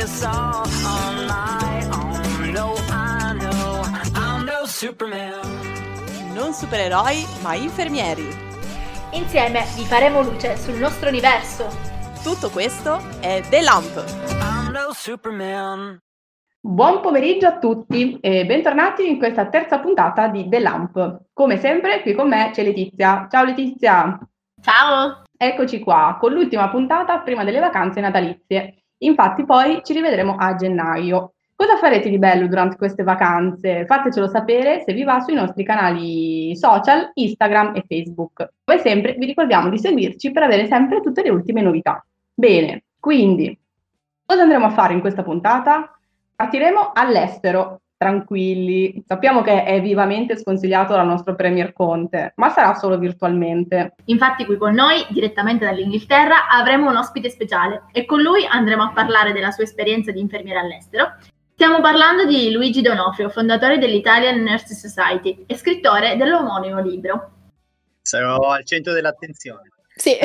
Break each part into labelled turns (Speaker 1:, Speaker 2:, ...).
Speaker 1: this all on my own. No, I know I'm no Superman.
Speaker 2: Non supereroi, ma infermieri.
Speaker 3: Insieme vi faremo luce sul nostro universo.
Speaker 2: Tutto questo è The Lamp.
Speaker 1: I'm no Superman.
Speaker 4: Buon pomeriggio a tutti e bentornati in questa terza puntata di The Lamp. Come sempre qui con me c'è Letizia. Ciao Letizia!
Speaker 3: Ciao!
Speaker 4: Eccoci qua con l'ultima puntata prima delle vacanze natalizie. Infatti poi ci rivedremo a gennaio. Cosa farete di bello durante queste vacanze? Fatecelo sapere se vi va sui nostri canali social, Instagram e Facebook. Come sempre vi ricordiamo di seguirci per avere sempre tutte le ultime novità. Bene, quindi cosa andremo a fare in questa puntata? Partiremo all'estero, tranquilli. Sappiamo che è vivamente sconsigliato dal nostro Premier Conte, ma sarà solo virtualmente.
Speaker 3: Infatti qui con noi, direttamente dall'Inghilterra, avremo un ospite speciale e con lui andremo a parlare della sua esperienza di infermiera all'estero. Stiamo parlando di Luigi D'Onofrio, fondatore dell'Italian Nurses Society e scrittore dell'omonimo libro.
Speaker 5: Sarò al centro dell'attenzione.
Speaker 6: Sì.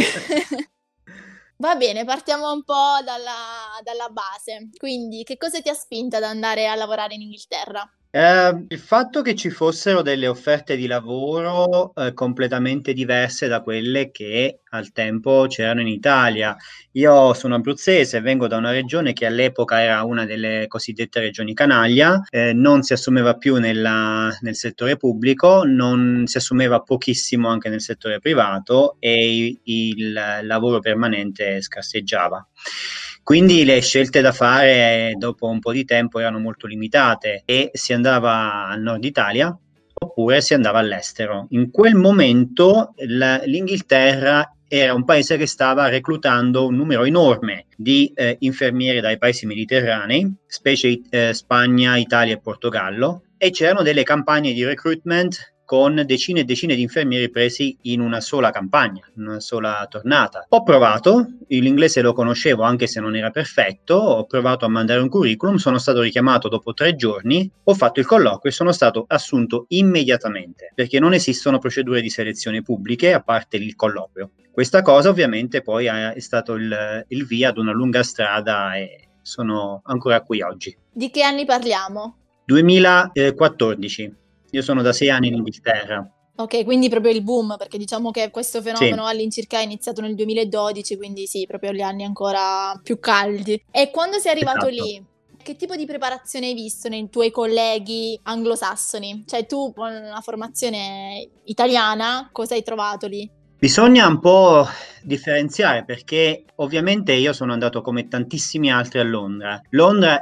Speaker 6: Va bene, partiamo un po' dalla base. Quindi, che cosa ti ha spinto ad andare a lavorare in Inghilterra?
Speaker 5: Il fatto che ci fossero delle offerte di lavoro completamente diverse da quelle che al tempo c'erano in Italia. Io sono abruzzese, vengo da una regione che all'epoca era una delle cosiddette regioni canaglia, non si assumeva più nel settore pubblico, non si assumeva pochissimo anche nel settore privato e il lavoro permanente scarseggiava. Quindi le scelte da fare dopo un po' di tempo erano molto limitate e si andava al nord Italia oppure si andava all'estero. In quel momento l'Inghilterra era un paese che stava reclutando un numero enorme di infermieri dai paesi mediterranei, specie Spagna, Italia e Portogallo, e c'erano delle campagne di recruitment con decine e decine di infermieri presi in una sola campagna, in una sola tornata. Ho provato, l'inglese lo conoscevo anche se non era perfetto, ho provato a mandare un curriculum, sono stato richiamato dopo 3 giorni, ho fatto il colloquio e sono stato assunto immediatamente, perché non esistono procedure di selezione pubbliche a parte il colloquio. Questa cosa ovviamente poi è stato il via ad una lunga strada e sono ancora qui oggi.
Speaker 6: Di che anni parliamo?
Speaker 5: 2014. Io sono da 6 anni in Inghilterra.
Speaker 6: Ok, quindi proprio il boom, perché diciamo che questo fenomeno all'incirca è iniziato nel 2012, quindi sì, proprio gli anni ancora più caldi. E quando sei arrivato lì, che tipo di preparazione hai visto nei tuoi colleghi anglosassoni? Cioè tu con una formazione italiana, cosa hai trovato lì?
Speaker 5: Bisogna un po' differenziare perché ovviamente io sono andato come tantissimi altri a Londra. Londra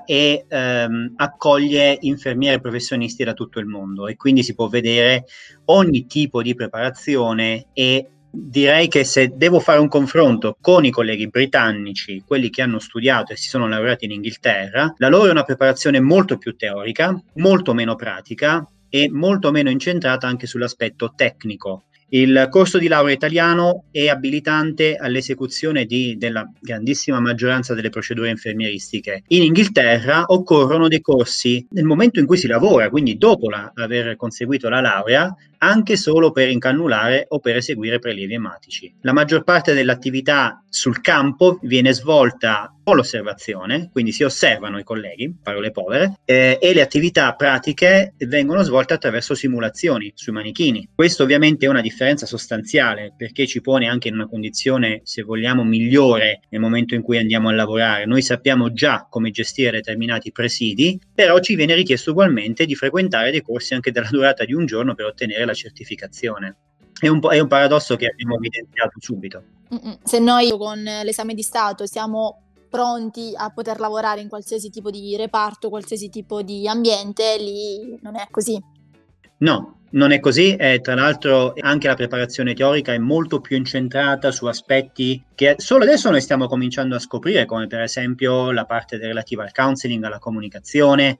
Speaker 5: accoglie infermieri e professionisti da tutto il mondo e quindi si può vedere ogni tipo di preparazione e direi che se devo fare un confronto con i colleghi britannici, quelli che hanno studiato e si sono laureati in Inghilterra, la loro è una preparazione molto più teorica, molto meno pratica e molto meno incentrata anche sull'aspetto tecnico. Il corso di laurea italiano è abilitante all'esecuzione della grandissima maggioranza delle procedure infermieristiche. In Inghilterra occorrono dei corsi nel momento in cui si lavora, quindi dopo aver conseguito la laurea, anche solo per incannulare o per eseguire prelievi ematici. La maggior parte dell'attività sul campo viene svolta con l'osservazione, quindi si osservano i colleghi, parole povere, e le attività pratiche vengono svolte attraverso simulazioni sui manichini. Questo ovviamente è una differenza sostanziale perché ci pone anche in una condizione, se vogliamo, migliore nel momento in cui andiamo a lavorare. Noi sappiamo già come gestire determinati presidi, però ci viene richiesto ugualmente di frequentare dei corsi anche della durata di un giorno per ottenere la certificazione. È un paradosso che abbiamo evidenziato subito.
Speaker 6: Se noi con l'esame di Stato siamo pronti a poter lavorare in qualsiasi tipo di reparto, qualsiasi tipo di ambiente, lì non è così.
Speaker 5: No, non è così e tra l'altro anche la preparazione teorica è molto più incentrata su aspetti che solo adesso noi stiamo cominciando a scoprire, come per esempio la parte relativa al counseling, alla comunicazione,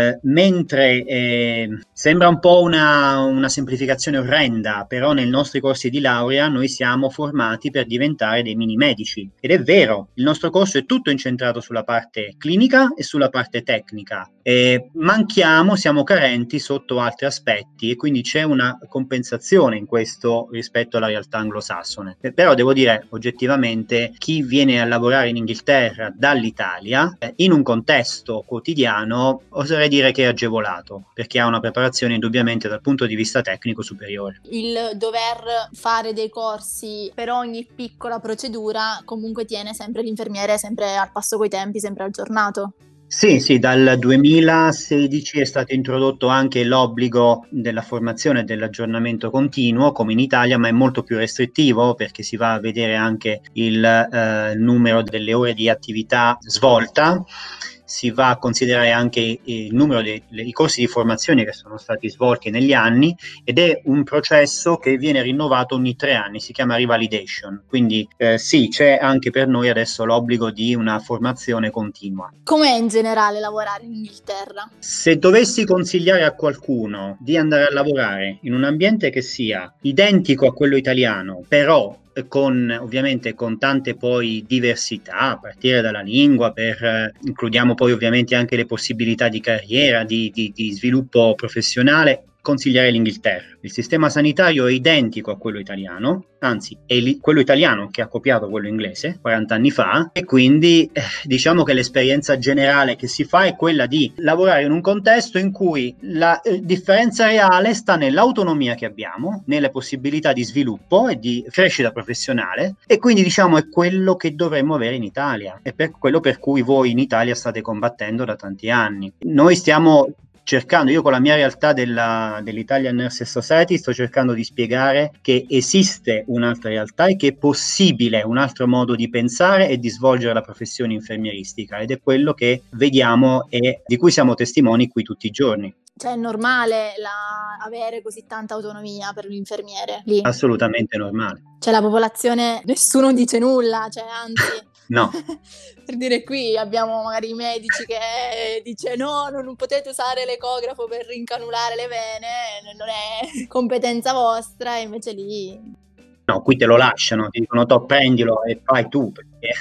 Speaker 5: mentre sembra un po' una semplificazione orrenda, però nei nostri corsi di laurea noi siamo formati per diventare dei mini medici ed è vero, il nostro corso è tutto incentrato sulla parte clinica e sulla parte tecnica. Manchiamo, siamo carenti sotto altri aspetti e quindi c'è una compensazione in questo rispetto alla realtà anglosassone. Però devo dire oggettivamente chi viene a lavorare in Inghilterra dall'Italia in un contesto quotidiano oserei dire che è agevolato, perché ha una preparazione indubbiamente dal punto di vista tecnico superiore.
Speaker 6: Il dover fare dei corsi per ogni piccola procedura comunque tiene sempre l'infermiere sempre al passo coi tempi, sempre aggiornato.
Speaker 5: Sì, dal 2016 è stato introdotto anche l'obbligo della formazione e dell'aggiornamento continuo, come in Italia, ma è molto più restrittivo perché si va a vedere anche il numero delle ore di attività svolta. Si va a considerare anche il numero dei corsi di formazione che sono stati svolti negli anni ed è un processo che viene rinnovato ogni 3 anni, si chiama revalidation, quindi sì, c'è anche per noi adesso l'obbligo di una formazione continua.
Speaker 6: Com'è in generale lavorare in Inghilterra?
Speaker 5: Se dovessi consigliare a qualcuno di andare a lavorare in un ambiente che sia identico a quello italiano, però ovviamente con tante poi diversità, a partire dalla lingua, includiamo poi ovviamente anche le possibilità di carriera, di sviluppo professionale, consiglierei l'Inghilterra. Il sistema sanitario è identico a quello italiano, anzi è quello italiano che ha copiato quello inglese 40 anni fa, e quindi diciamo che l'esperienza generale che si fa è quella di lavorare in un contesto in cui la differenza reale sta nell'autonomia che abbiamo, nelle possibilità di sviluppo e di crescita professionale, e quindi diciamo è quello che dovremmo avere in Italia, è quello per cui voi in Italia state combattendo da tanti anni. Noi stiamo cercando, io con la mia realtà dell'Italian Nurses Society sto cercando di spiegare che esiste un'altra realtà e che è possibile un altro modo di pensare e di svolgere la professione infermieristica, ed è quello che vediamo e di cui siamo testimoni qui tutti i giorni.
Speaker 6: Cioè è normale avere così tanta autonomia per l'infermiere lì?
Speaker 5: Assolutamente normale.
Speaker 6: Cioè la popolazione, nessuno dice nulla, cioè anzi...
Speaker 5: No.
Speaker 6: Per dire, qui abbiamo magari i medici che dice no, non potete usare l'ecografo per rincanulare le vene, non è competenza vostra, e invece lì...
Speaker 5: No, qui te lo lasciano, ti dicono prendilo e fai tu, perché...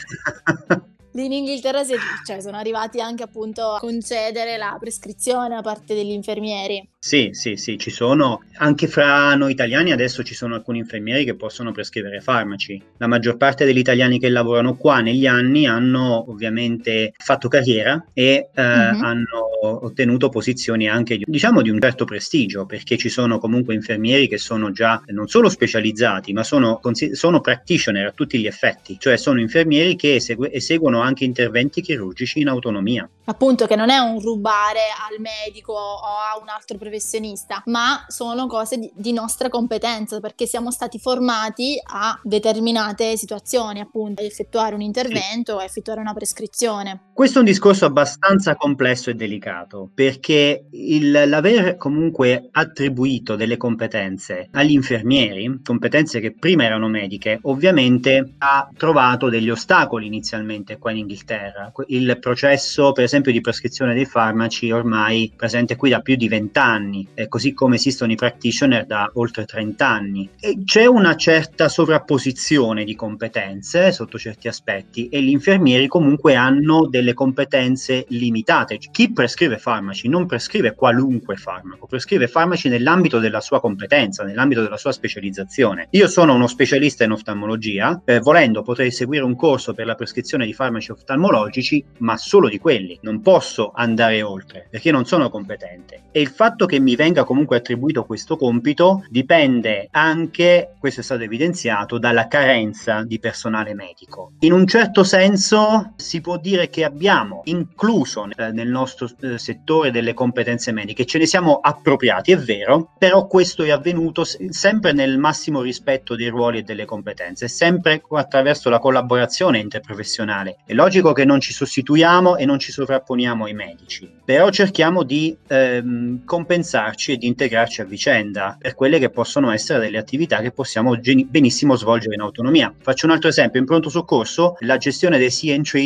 Speaker 6: Lì in Inghilterra sono arrivati anche appunto a concedere la prescrizione da parte degli infermieri.
Speaker 5: Sì, ci sono, anche fra noi italiani adesso ci sono alcuni infermieri che possono prescrivere farmaci. La maggior parte degli italiani che lavorano qua negli anni hanno ovviamente fatto carriera e hanno ottenuto posizioni anche diciamo di un certo prestigio, perché ci sono comunque infermieri che sono già non solo specializzati ma sono practitioner a tutti gli effetti, cioè sono infermieri che eseguono anche interventi chirurgici in autonomia.
Speaker 6: Appunto, che non è un rubare al medico o a un altro professionista, ma sono cose di nostra competenza, perché siamo stati formati a determinate situazioni, appunto, a effettuare un intervento, a effettuare una prescrizione.
Speaker 5: Questo è un discorso abbastanza complesso e delicato, perché l'aver comunque attribuito delle competenze agli infermieri, competenze che prima erano mediche, ovviamente ha trovato degli ostacoli inizialmente qua in Inghilterra. Il processo, per esempio, di prescrizione dei farmaci ormai presente qui da più di 20 anni, così come esistono i practitioner da oltre 30 anni. E c'è una certa sovrapposizione di competenze sotto certi aspetti e gli infermieri comunque hanno delle competenze limitate. Chi prescrive farmaci non prescrive qualunque farmaco, prescrive farmaci nell'ambito della sua competenza, nell'ambito della sua specializzazione. Io sono uno specialista in oftalmologia, volendo potrei seguire un corso per la prescrizione di farmaci oftalmologici, ma solo di quelli. Non posso andare oltre perché non sono competente, e il fatto che mi venga comunque attribuito questo compito dipende anche, questo è stato evidenziato, dalla carenza di personale medico. In un certo senso si può dire che abbiamo incluso nel nostro settore delle competenze mediche, ce ne siamo appropriati, è vero, però questo è avvenuto sempre nel massimo rispetto dei ruoli e delle competenze, sempre attraverso la collaborazione interprofessionale. È logico che non ci sostituiamo e non ci sovrapponiamo ai medici, però cerchiamo di compensarci e di integrarci a vicenda per quelle che possono essere delle attività che possiamo benissimo svolgere in autonomia. Faccio un altro esempio: in pronto soccorso la gestione dei see and treat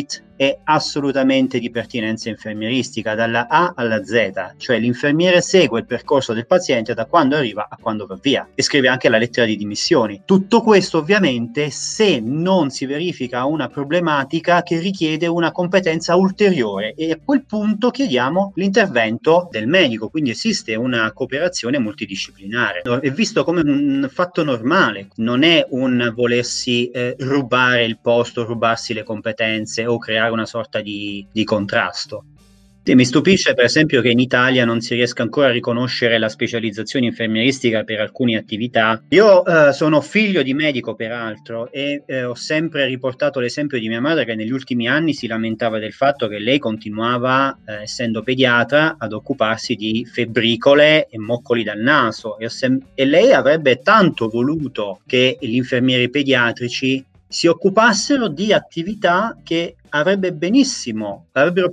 Speaker 5: è assolutamente di pertinenza infermieristica dalla A alla Z, cioè l'infermiere segue il percorso del paziente da quando arriva a quando va via e scrive anche la lettera di dimissioni. Tutto questo ovviamente se non si verifica una problematica che richiede una competenza ulteriore, e a quel punto chiediamo l'intervento del medico, quindi esiste una cooperazione multidisciplinare. È visto come un fatto normale, non è un volersi rubare il posto, rubarsi le competenze o creare una sorta di contrasto. Mi stupisce per esempio che in Italia non si riesca ancora a riconoscere la specializzazione infermieristica per alcune attività. Io sono figlio di medico peraltro e ho sempre riportato l'esempio di mia madre che negli ultimi anni si lamentava del fatto che lei continuava, essendo pediatra, ad occuparsi di febbricole e moccoli dal naso e lei avrebbe tanto voluto che gli infermieri pediatrici si occupassero di attività che avrebbero benissimo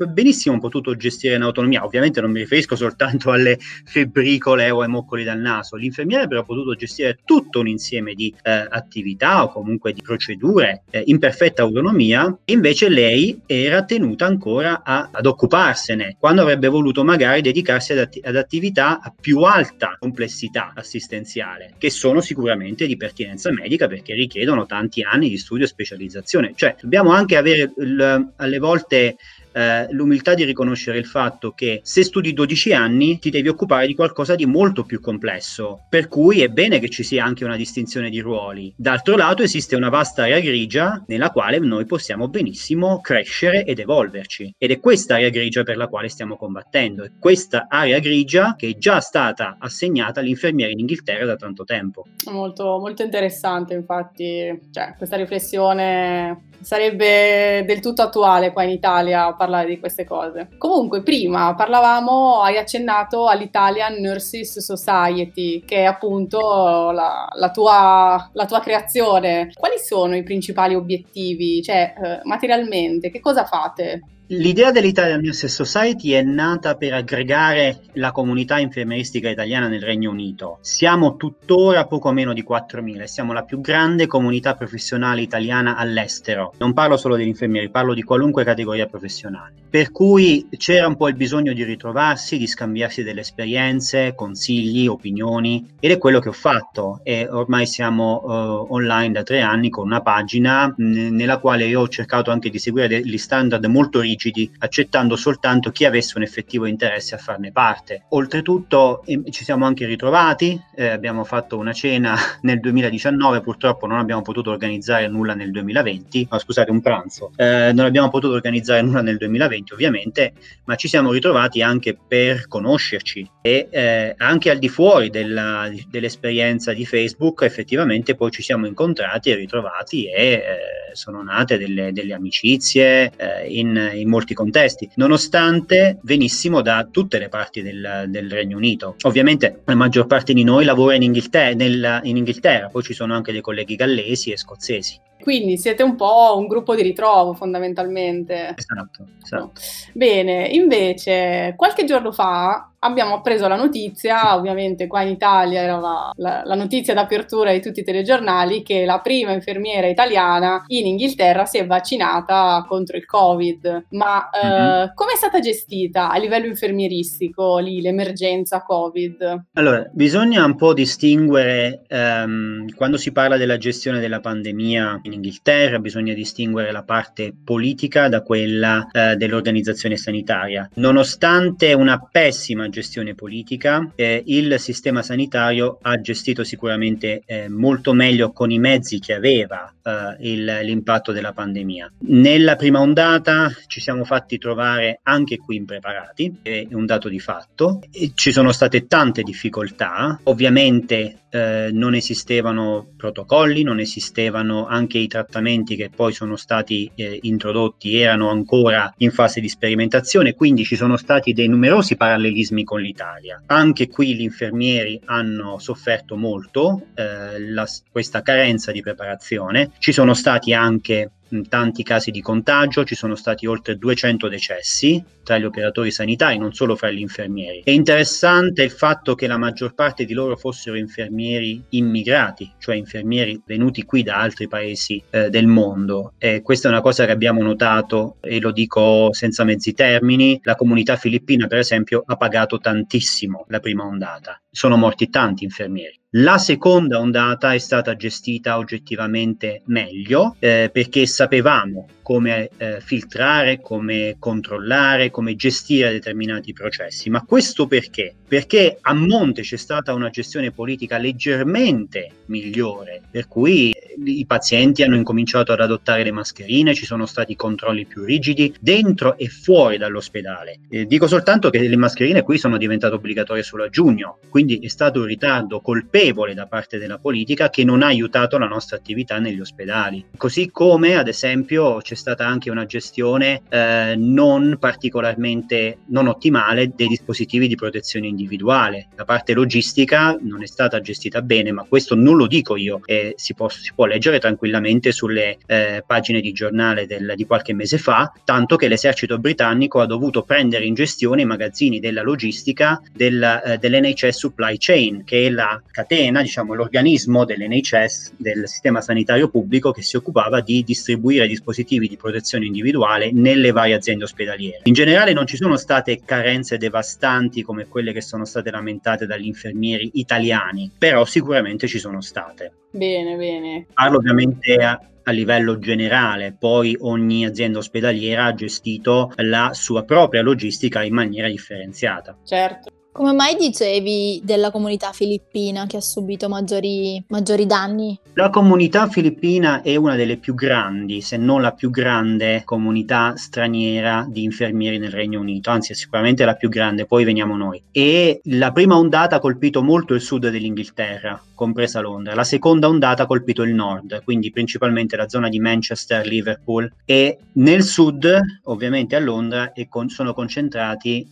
Speaker 5: potuto gestire in autonomia. Ovviamente non mi riferisco soltanto alle febbricole o ai moccoli dal naso. Gli infermieri avrebbero potuto gestire tutto un insieme di attività o comunque di procedure in perfetta autonomia, e invece lei era tenuta ancora ad occuparsene, quando avrebbe voluto magari dedicarsi ad attività a più alta complessità assistenziale, che sono sicuramente di pertinenza medica perché richiedono tanti anni di studio e specializzazione. Cioè dobbiamo anche avere alle volte l'umiltà di riconoscere il fatto che se studi 12 anni ti devi occupare di qualcosa di molto più complesso, per cui è bene che ci sia anche una distinzione di ruoli. D'altro lato esiste una vasta area grigia nella quale noi possiamo benissimo crescere ed evolverci, ed è questa area grigia per la quale stiamo combattendo, è questa area grigia che è già stata assegnata agli infermieri in Inghilterra da tanto tempo.
Speaker 4: Molto, molto interessante, infatti, cioè, questa riflessione sarebbe del tutto attuale qua in Italia parlare di queste cose. Comunque prima hai accennato all'Italian Nurses Society, che è appunto la tua creazione. Quali sono i principali obiettivi? Cioè, materialmente, che cosa fate?
Speaker 5: L'idea dell'Italian Nurses Society è nata per aggregare la comunità infermieristica italiana nel Regno Unito. Siamo tuttora poco meno di 4.000, siamo la più grande comunità professionale italiana all'estero. Non parlo solo degli infermieri, parlo di qualunque categoria professionale. Per cui c'era un po' il bisogno di ritrovarsi, di scambiarsi delle esperienze, consigli, opinioni, ed è quello che ho fatto. E ormai siamo online da 3 anni con una pagina nella quale io ho cercato anche di seguire degli standard molto rigidi, accettando soltanto chi avesse un effettivo interesse a farne parte. Oltretutto ci siamo anche ritrovati, abbiamo fatto una cena nel 2019, purtroppo non abbiamo potuto organizzare nulla nel 2020, un pranzo, non abbiamo potuto organizzare nulla nel 2020 ovviamente, ma ci siamo ritrovati anche per conoscerci e anche al di fuori dell'esperienza di Facebook effettivamente poi ci siamo incontrati e ritrovati e sono nate delle amicizie in molti contesti, nonostante venissimo da tutte le parti del Regno Unito. Ovviamente la maggior parte di noi lavora in Inghilterra, poi ci sono anche dei colleghi gallesi e scozzesi.
Speaker 4: Quindi siete un po' un gruppo di ritrovo fondamentalmente.
Speaker 5: Esatto.
Speaker 4: Bene, invece qualche giorno fa abbiamo appreso la notizia, ovviamente qua in Italia era la notizia d'apertura di tutti i telegiornali, che la prima infermiera italiana in Inghilterra si è vaccinata contro il Covid. Ma come è stata gestita a livello infermieristico lì l'emergenza Covid?
Speaker 5: Allora, bisogna un po' distinguere, quando si parla della gestione della pandemia in Inghilterra, bisogna distinguere la parte politica da quella dell'organizzazione sanitaria. Nonostante una pessima gestione politica, il sistema sanitario ha gestito sicuramente molto meglio con i mezzi che aveva l'impatto della pandemia. Nella prima ondata ci siamo fatti trovare anche qui impreparati, è un dato di fatto, e ci sono state tante difficoltà, ovviamente non esistevano protocolli, non esistevano anche i trattamenti che poi sono stati introdotti, erano ancora in fase di sperimentazione, quindi ci sono stati dei numerosi parallelismi con l'Italia. Anche qui gli infermieri hanno sofferto molto questa carenza di preparazione. Ci sono stati anche tanti casi di contagio, ci sono stati oltre 200 decessi tra gli operatori sanitari, non solo fra gli infermieri. È interessante il fatto che la maggior parte di loro fossero infermieri immigrati, cioè infermieri venuti qui da altri paesi del mondo. Questa è una cosa che abbiamo notato e lo dico senza mezzi termini. La comunità filippina, per esempio, ha pagato tantissimo la prima ondata. Sono morti tanti infermieri. La seconda ondata è stata gestita oggettivamente meglio perché sapevamo come filtrare, come controllare, come gestire determinati processi. Ma questo perché? Perché a monte c'è stata una gestione politica leggermente migliore, per cui i pazienti hanno incominciato ad adottare le mascherine, ci sono stati controlli più rigidi dentro e fuori dall'ospedale. Dico soltanto che le mascherine qui sono diventate obbligatorie solo a giugno, quindi è stato un ritardo colpevole da parte della politica che non ha aiutato la nostra attività negli ospedali. Così come, ad esempio, c'è stata anche una gestione non particolarmente non ottimale dei dispositivi di protezione individuale. La parte logistica non è stata gestita bene, ma questo non lo dico io, si può leggere tranquillamente sulle pagine di giornale di qualche mese fa, tanto che l'esercito britannico ha dovuto prendere in gestione i magazzini della logistica dell'NHS Supply Chain, che è la catena, diciamo l'organismo dell'NHS, del sistema sanitario pubblico, che si occupava di distribuire dispositivi di protezione individuale nelle varie aziende ospedaliere. In generale non ci sono state carenze devastanti come quelle che sono state lamentate dagli infermieri italiani, però sicuramente ci sono state.
Speaker 4: Bene.
Speaker 5: Parlo ovviamente a livello generale, poi ogni azienda ospedaliera ha gestito la sua propria logistica in maniera differenziata.
Speaker 4: Certo.
Speaker 6: Come mai dicevi della comunità filippina che ha subito maggiori danni?
Speaker 5: La comunità filippina è una delle più grandi, se non la più grande comunità straniera di infermieri nel Regno Unito, anzi è sicuramente la più grande, poi veniamo noi. E la prima ondata ha colpito molto il sud dell'Inghilterra, compresa Londra. La seconda ondata ha colpito il nord, quindi principalmente la zona di Manchester, Liverpool, e nel sud, ovviamente a Londra, sono concentrati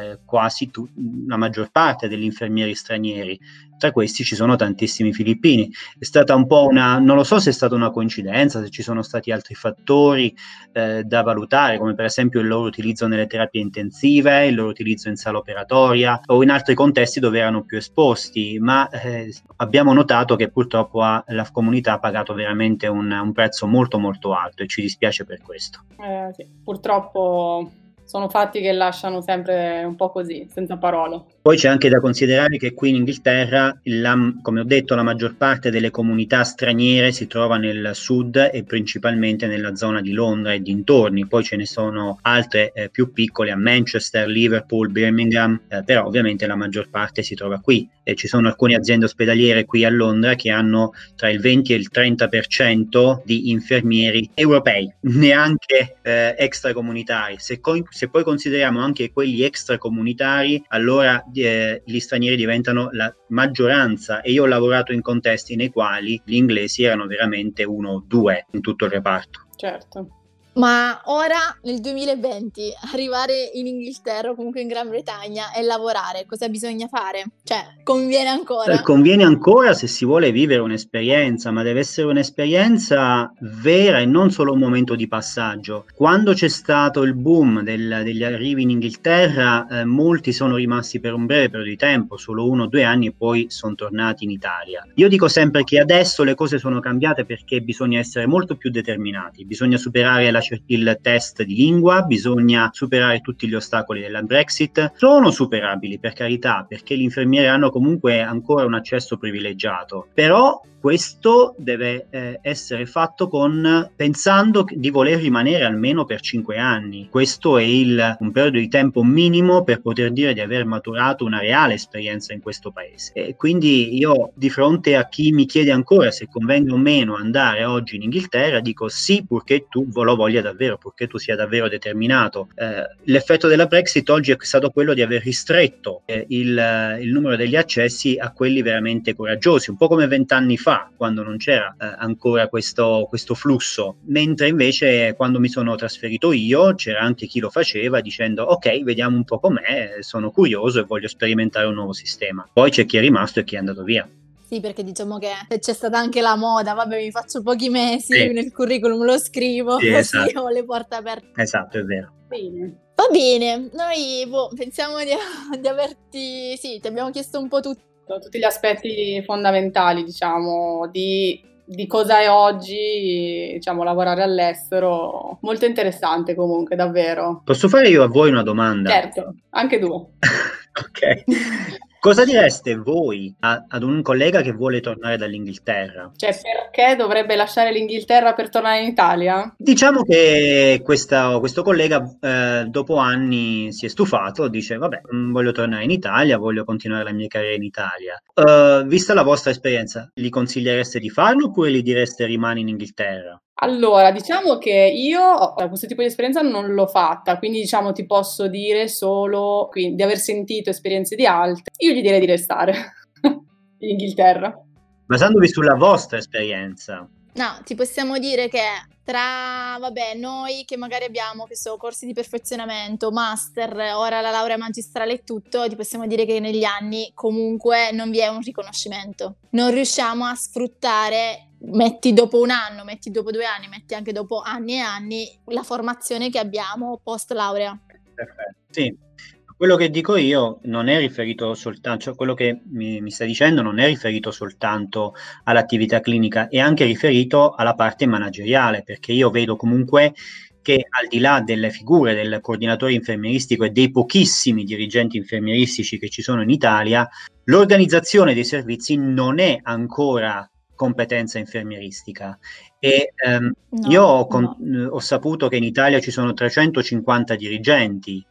Speaker 5: quasi la maggior parte degli infermieri stranieri. Tra questi ci sono tantissimi filippini. È stata un po' non lo so se è stata una coincidenza, se ci sono stati altri fattori da valutare, come per esempio il loro utilizzo nelle terapie intensive, il loro utilizzo in sala operatoria o in altri contesti dove erano più esposti, ma abbiamo notato che purtroppo la comunità ha pagato veramente un prezzo molto molto alto e ci dispiace per questo.
Speaker 4: Sì, purtroppo sono fatti che lasciano sempre un po' così, senza parole.
Speaker 5: Poi c'è anche da considerare che qui in Inghilterra, come ho detto, la maggior parte delle comunità straniere si trova nel sud e principalmente nella zona di Londra e dintorni. Poi ce ne sono altre più piccole a Manchester, Liverpool, Birmingham, però ovviamente la maggior parte si trova qui. E ci sono alcune aziende ospedaliere qui a Londra che hanno tra il 20 e il 30% di infermieri europei, neanche extracomunitari. Se poi consideriamo anche quelli extracomunitari, allora gli stranieri diventano la maggioranza, e io ho lavorato in contesti nei quali gli inglesi erano veramente 1 o 2 in tutto il reparto.
Speaker 4: Certo.
Speaker 6: Ma ora, nel 2020, arrivare in Inghilterra o comunque in Gran Bretagna e lavorare, cosa bisogna fare? Cioè, conviene ancora?
Speaker 5: Conviene ancora se si vuole vivere un'esperienza, ma deve essere un'esperienza vera e non solo un momento di passaggio. Quando c'è stato il boom degli arrivi in Inghilterra, molti sono rimasti per un breve periodo di tempo, solo 1 o 2 anni, e poi sono tornati in Italia. Io dico sempre che adesso le cose sono cambiate perché bisogna essere molto più determinati, bisogna superare il test di lingua, bisogna superare tutti gli ostacoli della Brexit. Sono superabili, per carità, perché gli infermieri hanno comunque ancora un accesso privilegiato, però questo deve essere fatto pensando di voler rimanere almeno per 5 anni. Questo è un periodo di tempo minimo per poter dire di aver maturato una reale esperienza in questo paese. E quindi io, di fronte a chi mi chiede ancora se convenga o meno andare oggi in Inghilterra, dico sì, purché tu lo voglia davvero, purché tu sia davvero determinato. L'effetto della Brexit oggi è stato quello di aver ristretto il numero degli accessi a quelli veramente coraggiosi, un po' come 20 anni fa, quando non c'era ancora questo flusso, mentre invece quando mi sono trasferito io c'era anche chi lo faceva dicendo ok, vediamo un po' com'è, sono curioso e voglio sperimentare un nuovo sistema. Poi c'è chi è rimasto e chi è andato via.
Speaker 6: Sì, perché diciamo che c'è stata anche la moda, vabbè, mi faccio pochi mesi,
Speaker 5: Sì.
Speaker 6: nel curriculum lo scrivo,
Speaker 5: Sì,
Speaker 6: così
Speaker 5: esatto.
Speaker 6: ho le porte aperte.
Speaker 5: Esatto, è vero.
Speaker 4: Bene.
Speaker 6: Va bene, noi pensiamo di averti, sì, ti abbiamo chiesto un po' tutto.
Speaker 4: Tutti gli aspetti fondamentali, diciamo, di cosa è oggi, diciamo, lavorare all'estero. Molto interessante comunque, davvero.
Speaker 5: Posso fare io a voi una domanda?
Speaker 4: Certo, anche due.
Speaker 5: Ok. Cosa direste voi ad un collega che vuole tornare dall'Inghilterra?
Speaker 4: Cioè, perché dovrebbe lasciare l'Inghilterra per tornare in Italia?
Speaker 5: Diciamo che questo collega dopo anni si è stufato, dice vabbè, voglio tornare in Italia, voglio continuare la mia carriera in Italia. Vista la vostra esperienza, gli consigliereste di farlo oppure gli direste rimani in Inghilterra?
Speaker 4: Allora, diciamo che io questo tipo di esperienza non l'ho fatta, quindi diciamo ti posso dire solo di aver sentito esperienze di altri. Io gli direi di restare in Inghilterra.
Speaker 5: Basandovi sulla vostra esperienza.
Speaker 6: No, ti possiamo dire che tra, vabbè, noi che magari abbiamo, che so, corsi di perfezionamento, master, ora la laurea magistrale e tutto, ti possiamo dire che negli anni comunque non vi è un riconoscimento. Non riusciamo a sfruttare, metti dopo un anno, metti dopo 2 anni, metti anche dopo anni e anni, la formazione che abbiamo post laurea.
Speaker 5: Perfetto. Sì. Quello che dico io non è riferito soltanto, cioè quello che mi stai dicendo non è riferito soltanto all'attività clinica, è anche riferito alla parte manageriale, perché io vedo comunque che al di là delle figure del coordinatore infermieristico e dei pochissimi dirigenti infermieristici che ci sono in Italia, l'organizzazione dei servizi non è ancora competenza infermieristica. E io ho saputo che in Italia ci sono 350 dirigenti.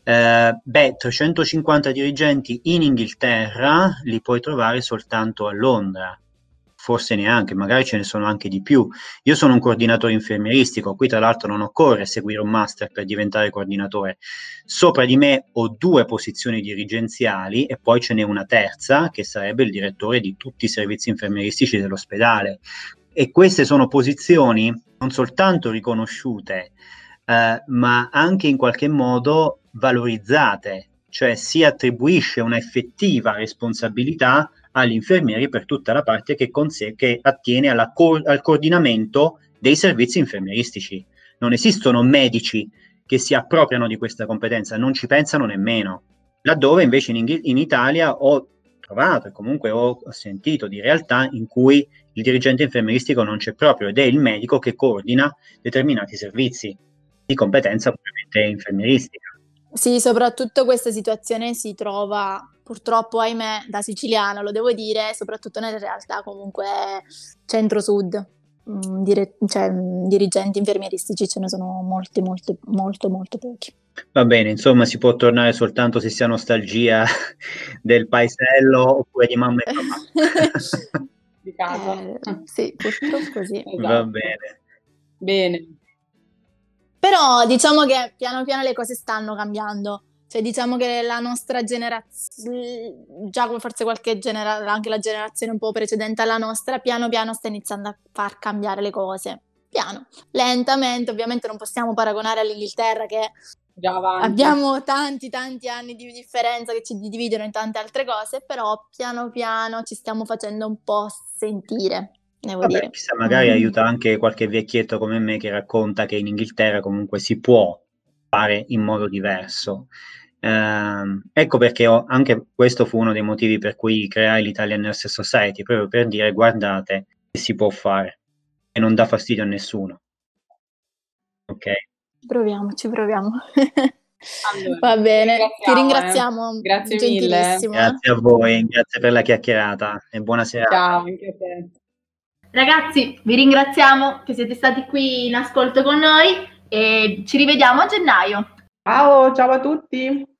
Speaker 5: 350 dirigenti in Inghilterra li puoi trovare soltanto a Londra, forse neanche, magari ce ne sono anche di più. Io sono un coordinatore infermieristico, qui tra l'altro non occorre seguire un master per diventare coordinatore. Sopra di me ho 2 posizioni dirigenziali e poi ce n'è una terza che sarebbe il direttore di tutti i servizi infermieristici dell'ospedale. E queste sono posizioni non soltanto riconosciute, ma anche in qualche modo valorizzate, cioè si attribuisce una effettiva responsabilità agli infermieri per tutta la parte che attiene al coordinamento dei servizi infermieristici. Non esistono medici che si appropriano di questa competenza, non ci pensano nemmeno. Laddove invece in Italia ho trovato e comunque ho sentito di realtà in cui il dirigente infermieristico non c'è proprio ed è il medico che coordina determinati servizi di competenza ovviamente infermieristica.
Speaker 6: Sì, soprattutto questa situazione si trova purtroppo, ahimè, da siciliana, lo devo dire, soprattutto nelle realtà comunque centro-sud, dirigenti infermieristici ce ne sono molto pochi.
Speaker 5: Va bene, insomma si può tornare soltanto se si ha nostalgia del paesello oppure di mamma e papà.
Speaker 4: Di casa.
Speaker 6: Sì, purtroppo sì.
Speaker 4: Esatto.
Speaker 5: Va bene.
Speaker 4: Bene.
Speaker 6: Però diciamo che piano piano le cose stanno cambiando, cioè diciamo che la nostra generazione, già forse anche la generazione un po' precedente alla nostra, piano piano sta iniziando a far cambiare le cose, piano, lentamente, ovviamente non possiamo paragonare all'Inghilterra che
Speaker 4: già avanti.
Speaker 6: Abbiamo tanti anni di differenza che ci dividono in tante altre cose, però piano piano ci stiamo facendo un po' sentire.
Speaker 5: Vabbè, chissà, magari aiuta anche qualche vecchietto come me che racconta che in Inghilterra comunque si può fare in modo diverso. Ecco perché anche questo fu uno dei motivi per cui creai l'Italian Nurses Society, proprio per dire guardate che si può fare e non dà fastidio a nessuno. Ok?
Speaker 6: Ci proviamo.
Speaker 4: Allora,
Speaker 6: va bene, ti ringraziamo.
Speaker 4: Grazie mille.
Speaker 5: Grazie a voi, grazie per la chiacchierata e buona serata.
Speaker 4: Ciao, anche a te.
Speaker 3: Ragazzi, vi ringraziamo che siete stati qui in ascolto con noi e ci rivediamo a gennaio.
Speaker 4: Ciao a tutti.